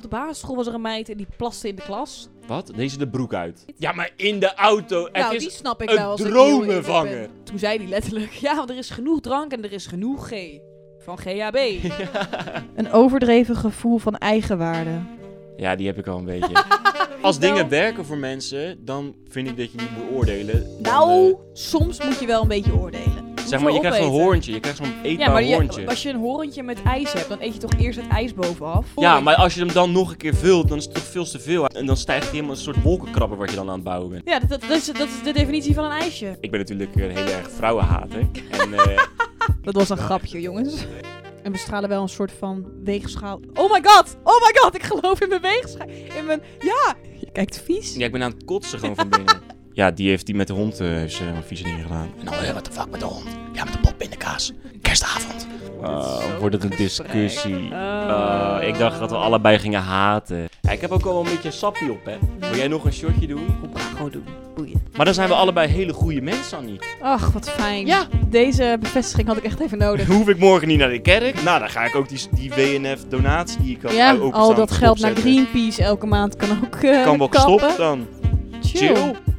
basisschool was er een meid en die plaste in de klas. Wat? Deze de broek uit. Ja, maar in de auto. Het Nou, is die snap ik een wel. Als ik heel eerlijk dromenvanger. ben. Toen zei hij letterlijk, ja, want er is genoeg drank en er is genoeg G. Van GHB. Een overdreven gevoel van eigenwaarde. Ja, die heb ik al een beetje. Als dingen werken voor mensen, dan vind ik dat je niet moet oordelen. Nou, soms moet je wel een beetje oordelen. Zeg maar, je krijgt een hoorntje. Je krijgt zo'n eetbaar hoorntje. Als je een hoorntje met ijs hebt, dan eet je toch eerst het ijs bovenaf? Ja, maar als je hem dan nog een keer vult, dan is het toch veel te veel. En dan stijgt hij helemaal een soort wolkenkrabber wat je dan aan het bouwen bent. Ja, dat is de definitie van een ijsje. Ik ben natuurlijk een heel erg vrouwenhater. En Dat was een grapje, jongens. En we stralen wel een soort van weegschaal. Oh my god, ik geloof in mijn weegschaal. Ja, je kijkt vies. ja, ik ben aan het kotsen gewoon van binnen. Ja, die heeft die met de hond zijn vieze dingen gedaan. En dan, wat de fuck met de hond? Ja, met de pop in de kaas. Kerstavond. Wordt het een discussie. Ik dacht dat we allebei gingen haten. Ja, ik heb ook al een beetje een sappie op, hè. Wil jij nog een shotje doen? Gewoon doen. Boeien. Maar dan zijn we allebei hele goede mensen, Annie. Ach, wat fijn. Ja. Deze bevestiging had ik echt even nodig. Hoef ik morgen niet naar de kerk? Nou, dan ga ik ook die WNF-donatie die ik had Ja, openstaan al dat geld naar opzetten. Greenpeace elke maand kan ook Kan wel kappen. gestopt dan. Chill. Chill.